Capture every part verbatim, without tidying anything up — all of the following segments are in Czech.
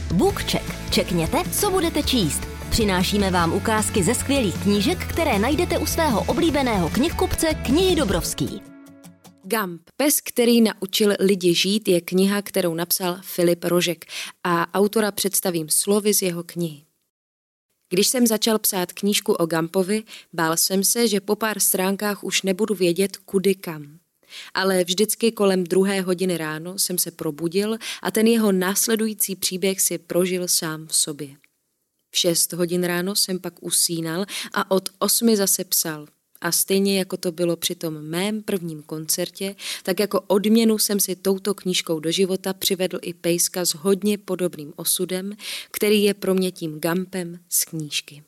BookCheck. Čekněte, co budete číst. Přinášíme vám ukázky ze skvělých knížek, které najdete u svého oblíbeného knihkupce Knihy Dobrovský. Gump. Pes, který naučil lidi žít, je kniha, kterou napsal Filip Rožek a autora představím slovy z jeho knihy. Když jsem začal psát knížku o Gumpovi, bál jsem se, že po pár stránkách už nebudu vědět, kudy kam. Ale vždycky kolem druhé hodiny ráno jsem se probudil a ten jeho následující příběh si prožil sám v sobě. V šest hodin ráno jsem pak usínal a od osmi zase psal. A stejně jako to bylo při tom mém prvním koncertě, tak jako odměnu jsem si touto knížkou do života přivedl i pejska s hodně podobným osudem, který je pro mě tím Gumpem z knížky.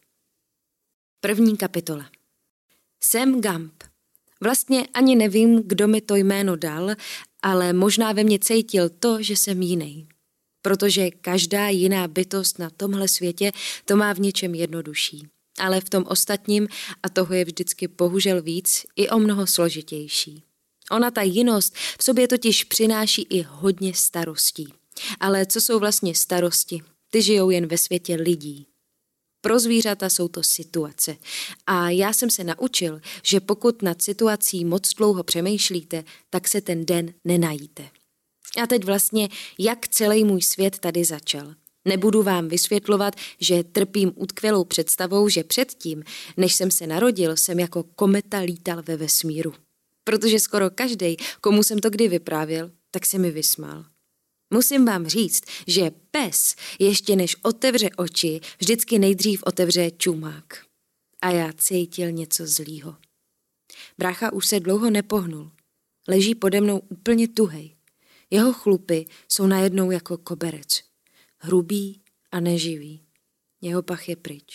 První kapitola. Jsem Gump. Vlastně ani nevím, kdo mi to jméno dal, ale možná ve mně cítil to, že jsem jiný. Protože každá jiná bytost na tomhle světě to má v něčem jednodušší. Ale v tom ostatním, a toho je vždycky bohužel víc, i o mnoho složitější. Ona ta jinost v sobě totiž přináší i hodně starostí. Ale co jsou vlastně starosti? Ty žijou jen ve světě lidí. Pro zvířata jsou to situace. A já jsem se naučil, že pokud nad situací moc dlouho přemýšlíte, tak se ten den nenajíte. A teď vlastně, jak celý můj svět tady začal. Nebudu vám vysvětlovat, že trpím utkvělou představou, že předtím, než jsem se narodil, jsem jako kometa lítal ve vesmíru. Protože skoro každej, komu jsem to kdy vyprávěl, tak se mi vysmál. Musím vám říct, že pes, ještě než otevře oči, vždycky nejdřív otevře čumák. A já cítil něco zlýho. Brácha už se dlouho nepohnul. Leží pode mnou úplně tuhej. Jeho chlupy jsou najednou jako koberec. Hrubý a neživý. Jeho pach je pryč.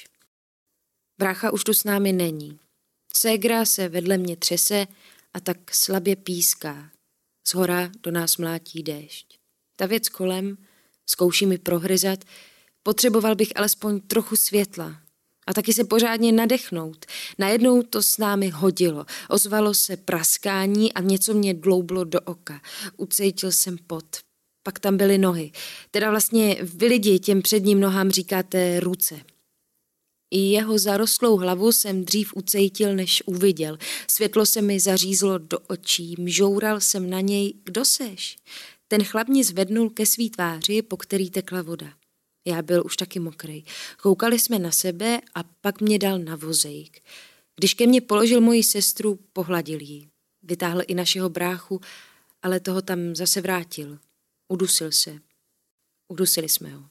Brácha už tu s námi není. Ségra se vedle mě třese a tak slabě píská. Zhora do nás mlátí déšť. Ta věc kolem zkouší mi prohryzat, potřeboval bych alespoň trochu světla a taky se pořádně nadechnout. Najednou to s námi hodilo, ozvalo se praskání a něco mě dloublo do oka. Ucítil jsem pot. Pak tam byly nohy. Teda vlastně vy lidi těm předním nohám říkáte ruce. I jeho zarostlou hlavu jsem dřív ucítil, než uviděl. Světlo se mi zařízlo do očí, mžoural jsem na něj. Kdo seš? Ten chlap mě zvednul ke svý tváři, po který tekla voda. Já byl už taky mokrej. Koukali jsme na sebe a pak mě dal na vozejk. Když ke mně položil moji sestru, pohladil ji. Vytáhl i našeho bráchu, ale toho tam zase vrátil. Udusil se. Udusili jsme ho.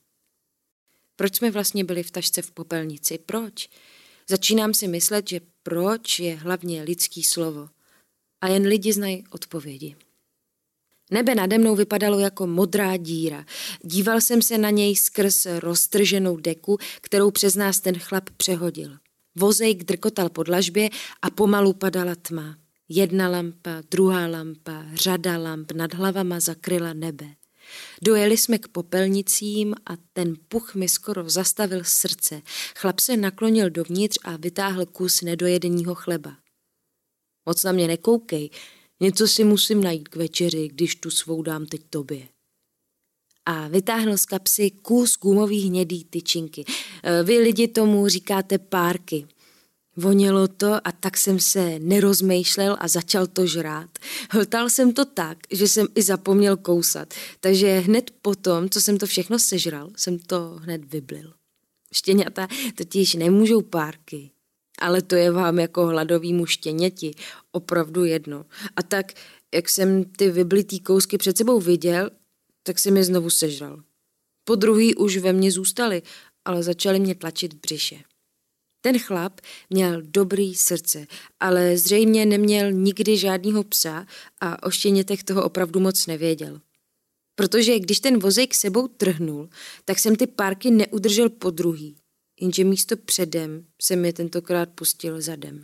Proč jsme vlastně byli v tašce v popelnici? Proč? Začínám si myslet, že proč je hlavně lidský slovo. A jen lidi znají odpovědi. Nebe nade mnou vypadalo jako modrá díra. Díval jsem se na něj skrz roztrženou deku, kterou přes nás ten chlap přehodil. Vozejk drkotal po dlažbě a pomalu padala tma. Jedna lampa, druhá lampa, řada lamp nad hlavama zakryla nebe. Dojeli jsme k popelnicím a ten puch mi skoro zastavil srdce. Chlap se naklonil dovnitř a vytáhl kus nedojedeného chleba. Moc na mě nekoukej, něco si musím najít k večeři, když tu svou dám teď tobě. A vytáhl z kapsy kus gumový hnědý tyčinky. Vy lidi tomu říkáte párky. Vonělo to a tak jsem se nerozmýšlel a začal to žrát. Hltal jsem to tak, že jsem i zapomněl kousat, takže hned potom, co jsem to všechno sežral, jsem to hned vyblil. Štěňata totiž nemůžou párky, ale to je vám jako hladovýmu štěněti opravdu jedno. A tak, jak jsem ty vyblitý kousky před sebou viděl, tak jsem je znovu sežral. Po druhý už ve mně zůstaly, ale začaly mě tlačit v břiše. Ten chlap měl dobrý srdce, ale zřejmě neměl nikdy žádnýho psa a o štěnětech toho opravdu moc nevěděl. Protože když ten vozejk sebou trhnul, tak jsem ty párky neudržel po druhý, jenže místo předem jsem je tentokrát pustil zadem.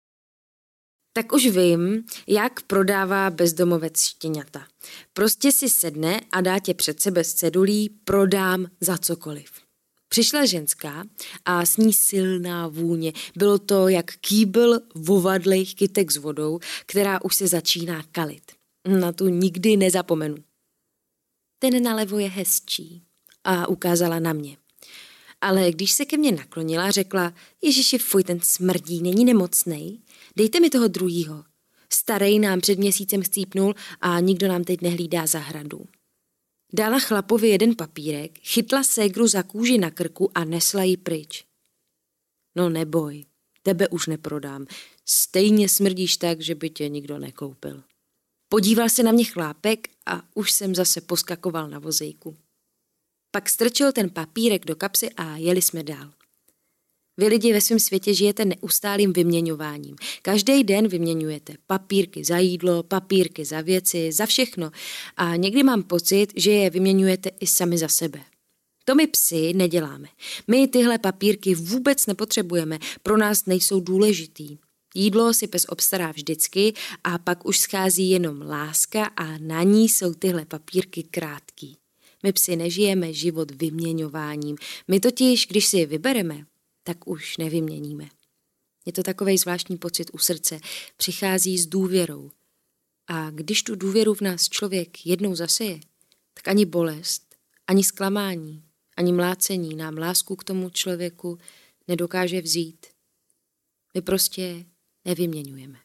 Tak už vím, jak prodává bezdomovec štěňata. Prostě si sedne a dá tě před sebe s cedulí prodám za cokoliv. Přišla ženská a s ní silná vůně. Bylo to jak kýbl vovadlejch kytek s vodou, která už se začíná kalit. Na tu nikdy nezapomenu. Ten nalevo je hezčí. a ukázala na mě. Ale když se ke mně naklonila, řekla, Ježiši, fuj, ten smrdí, není nemocnej, dejte mi toho druhýho. Starej nám před měsícem chcípnul a nikdo nám teď nehlídá zahradu. Dala chlapovi jeden papírek, chytla ségru za kůži na krku a nesla ji pryč. No neboj, tebe už neprodám, stejně smrdíš tak, že by tě nikdo nekoupil. Podíval se na mě chlápek a už jsem zase poskakoval na vozejku. Pak strčil ten papírek do kapsy a jeli jsme dál. Vy lidi ve svém světě žijete neustálým vyměňováním. Každý den vyměňujete papírky za jídlo, papírky za věci, za všechno a někdy mám pocit, že je vyměňujete i sami za sebe. To my psi neděláme. My tyhle papírky vůbec nepotřebujeme, pro nás nejsou důležitý. Jídlo si pes obstará vždycky a pak už schází jenom láska a na ní jsou tyhle papírky krátký. My psi nežijeme život vyměňováním. My totiž, když si je vybereme, tak už nevyměníme. Je to takovej zvláštní pocit u srdce, přichází s důvěrou. A když tu důvěru v nás člověk jednou zaseje, tak ani bolest, ani zklamání, ani mlácení nám lásku k tomu člověku nedokáže vzít. My prostě nevyměňujeme.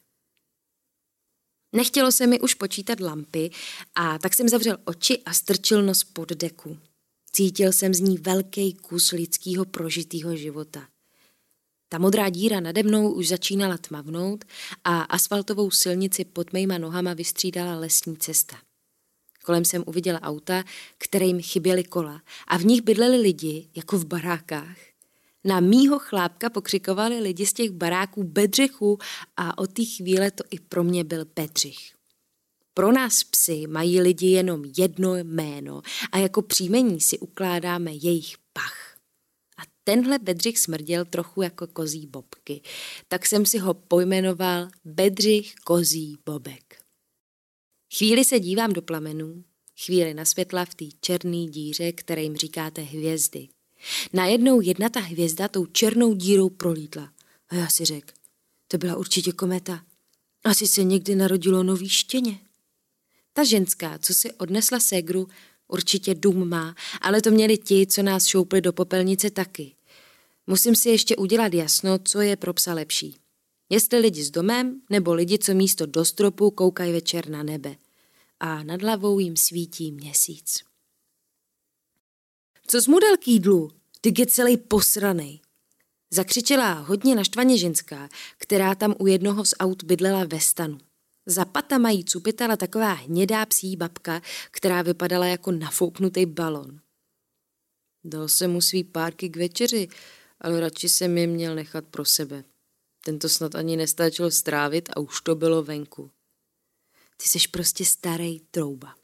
Nechtělo se mi už počítat lampy a tak jsem zavřel oči a strčil nos pod deku. Cítil jsem z ní velký kus lidského prožitého života. Ta modrá díra nade mnou už začínala tmavnout a asfaltovou silnici pod mýma nohama vystřídala lesní cesta. Kolem jsem uviděla auta, kterým chyběly kola a v nich bydleli lidi jako v barákách. Na mýho chlápka pokřikovali lidi z těch baráků Bedřichu a od té chvíle to i pro mě byl Bedřich. Pro nás psy mají lidi jenom jedno jméno a jako příjmení si ukládáme jejich pach. A tenhle Bedřich smrděl trochu jako kozí bobky, tak jsem si ho pojmenoval Bedřich kozí bobek. Chvíli se dívám do plamenů, chvíli na světla v té černé díře, kterým říkáte hvězdy. Najednou jedna ta hvězda tou černou dírou prolítla. A já si řekl, to byla určitě kometa. Asi se někdy narodilo nový štěně. Ta ženská, co si odnesla ségru, určitě dům má, ale to měli ti, co nás šoupli do popelnice taky. Musím si ještě udělat jasno, co je pro psa lepší. Jestli lidi s domem, nebo lidi, co místo do stropu koukají večer na nebe. A nad hlavou jim svítí měsíc. Co jsi mu dal k jídlu? Ty je celý posranej. Zakřičela hodně naštvaně ženská, která tam u jednoho z aut bydlela ve stanu. Za patama jí cupitala taková hnědá psí babka, která vypadala jako nafouknutý balon. Dal jsem mu svý párky k večeři, ale radši jsem je měl nechat pro sebe. Tento snad ani nestačil strávit a už to bylo venku. Ty seš prostě starý trouba.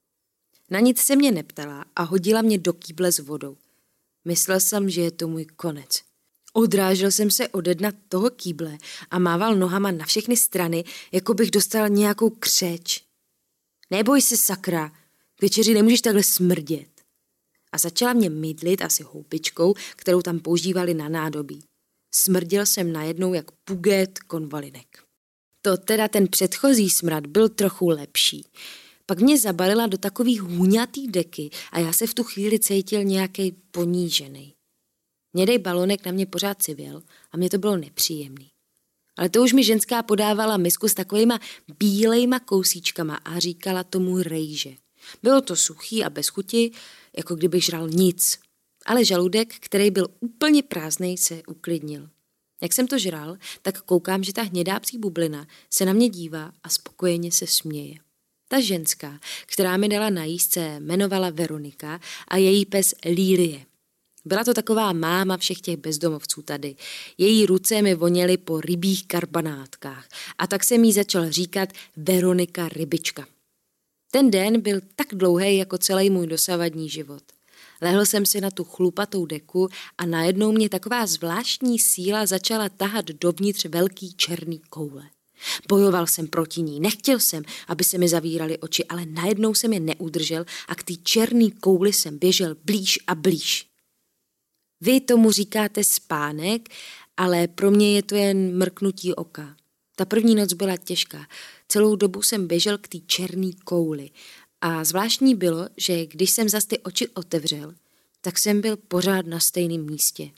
Na nic se mě neptala a hodila mě do kýble s vodou. Myslel jsem, že je to můj konec. Odrážel jsem se ode dna toho kýble a mával nohama na všechny strany, jako bych dostal nějakou křeč. Neboj se, sakra, k večeři nemůžeš takhle smrdět. A začala mě mydlit asi houpičkou, kterou tam používali na nádobí. Smrděl jsem najednou jak pugét konvalinek. To teda ten předchozí smrad byl trochu lepší. Pak mě zabalila do takový hůňatý deky a já se v tu chvíli cítil nějakej ponížený. Hnědej balonek na mě pořád civěl a mě to bylo nepříjemný. Ale to už mi ženská podávala misku s takovýma bílejma kousíčkama a říkala tomu rejže. Bylo to suchý a bez chuti, jako kdybych žral nic. Ale žaludek, který byl úplně prázdnej, se uklidnil. Jak jsem to žral, tak koukám, že ta hnědá psí bublina se na mě dívá a spokojeně se směje. Ta ženská, která mi dala najíst, se jmenovala Veronika a její pes Lílie. Byla to taková máma všech těch bezdomovců tady. Její ruce mi voněly po rybích karbanátkách a tak jsem jí začal říkat Veronika rybička. Ten den byl tak dlouhý jako celý můj dosavadní život. Lehl jsem si na tu chlupatou deku a najednou mě taková zvláštní síla začala tahat dovnitř velký černý koule. Bojoval jsem proti ní, nechtěl jsem, aby se mi zavíraly oči, ale najednou jsem je neudržel a k té černý kouli jsem běžel blíž a blíž. Vy tomu říkáte spánek, ale pro mě je to jen mrknutí oka. Ta první noc byla těžká. Celou dobu jsem běžel k té černý kouli. A zvláštní bylo, že když jsem zas ty oči otevřel, tak jsem byl pořád na stejném místě.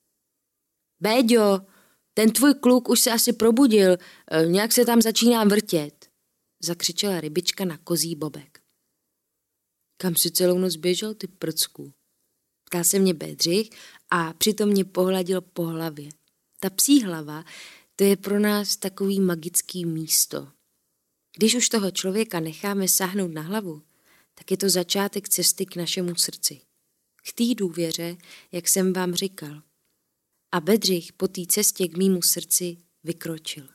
Béďo, ten tvůj kluk už se asi probudil, nějak se tam začíná vrtět, zakřičela rybička na kozí bobek. Kam si celou noc běžel, ty prcku? Ptal se mě Bedřich a přitom mě pohladil po hlavě. Ta psí hlava, to je pro nás takový magický místo. Když už toho člověka necháme sáhnout na hlavu, tak je to začátek cesty k našemu srdci. K té důvěře, jak jsem vám říkal. A Bedřich po té cestě k mýmu srdci vykročil.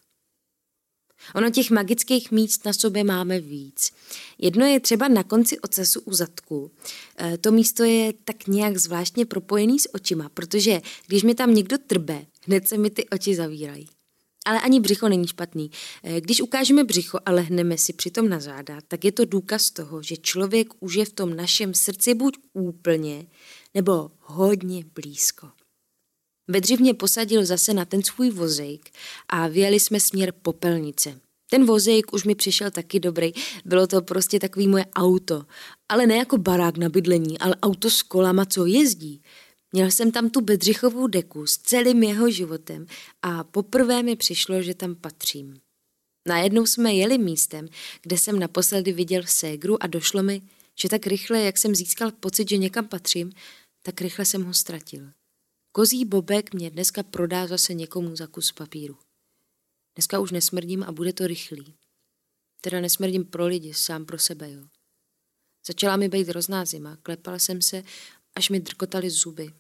Ono těch magických míst na sobě máme víc. Jedno je třeba na konci ocasu u zadku. E, to místo je tak nějak zvláštně propojený s očima, protože když mi tam někdo trbe, hned se mi ty oči zavírají. Ale ani břicho není špatný. E, když ukážeme břicho a lehneme si přitom na záda, tak je to důkaz toho, že člověk už je v tom našem srdci buď úplně, nebo hodně blízko. Bedřich mě posadil zase na ten svůj vozejk a vyjeli jsme směr Popelnice. Ten vozejk už mi přišel taky dobrý, bylo to prostě takový moje auto, ale ne jako barák na bydlení, ale auto s kolama, co jezdí. Měl jsem tam tu Bedřichovou deku s celým jeho životem a poprvé mi přišlo, že tam patřím. Najednou jsme jeli místem, kde jsem naposledy viděl ségru a došlo mi, že tak rychle, jak jsem získal pocit, že někam patřím, tak rychle jsem ho ztratil. Kozí bobek mě dneska prodá zase někomu za kus papíru. Dneska už nesmrdím a bude to rychlý. Teda nesmrdím pro lidi, sám pro sebe, jo. Začala mi být hrozná zima, klepala jsem se, až mi drkotaly zuby.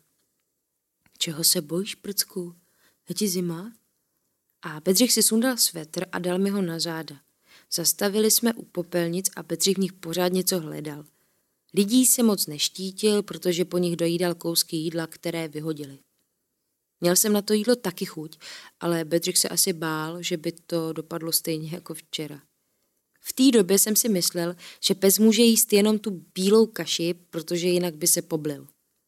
Čeho se bojíš, prcku? Je ti zima? A Bedřich si sundal svetr a dal mi ho na záda. Zastavili jsme u Popelnic a Bedřich v nich pořád něco hledal. Lidí se moc neštítil, protože po nich dojídal kousky jídla, které vyhodili. Měl jsem na to jídlo taky chuť, ale Bedřich se asi bál, že by to dopadlo stejně jako včera. V té době jsem si myslel, že pes může jíst jenom tu bílou kaši, protože jinak by se poblil.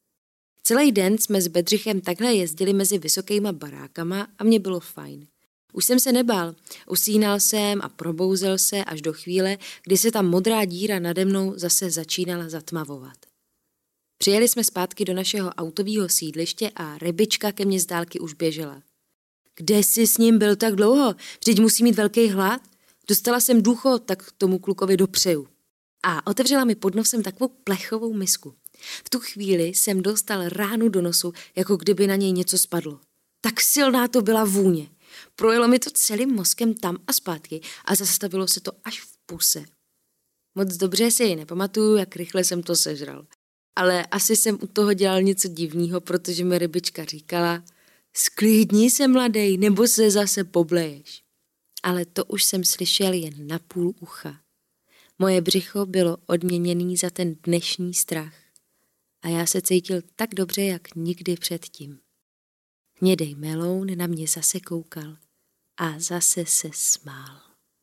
Celý den jsme s Bedřichem takhle jezdili mezi vysokýma barákama a mně bylo fajn. Už jsem se nebál, usínal jsem a probouzel se až do chvíle, kdy se ta modrá díra nade mnou zase začínala zatmavovat. Přijeli jsme zpátky do našeho autového sídliště a rybička ke mně z dálky už běžela. Kde jsi s ním byl tak dlouho? Vždyť musí mít velký hlad? Dostala jsem důchod, tak tomu klukovi dopřeju. A otevřela mi pod nosem takovou plechovou misku. V tu chvíli jsem dostal ránu do nosu, jako kdyby na něj něco spadlo. Tak silná to byla vůně. Projelo mi to celým mozkem tam a zpátky a zastavilo se to až v puse. Moc dobře si nepamatuju, jak rychle jsem to sežral. Ale asi jsem u toho dělal něco divného, protože mi rybička říkala: sklidni se, mladej, nebo se zase pobleješ. Ale to už jsem slyšel jen na půl ucha. Moje břicho bylo odměněný za ten dnešní strach. A já se cítil tak dobře, jak nikdy předtím. Hnědej meloun na mě zase koukal a zase se smál.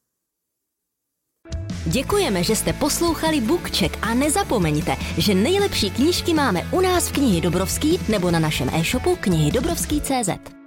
Děkujeme, že jste poslouchali BookCheck a nezapomeňte, že nejlepší knížky máme u nás v Knihy Dobrovský nebo na našem e-shopu knihy dobrovský tečka cé zet.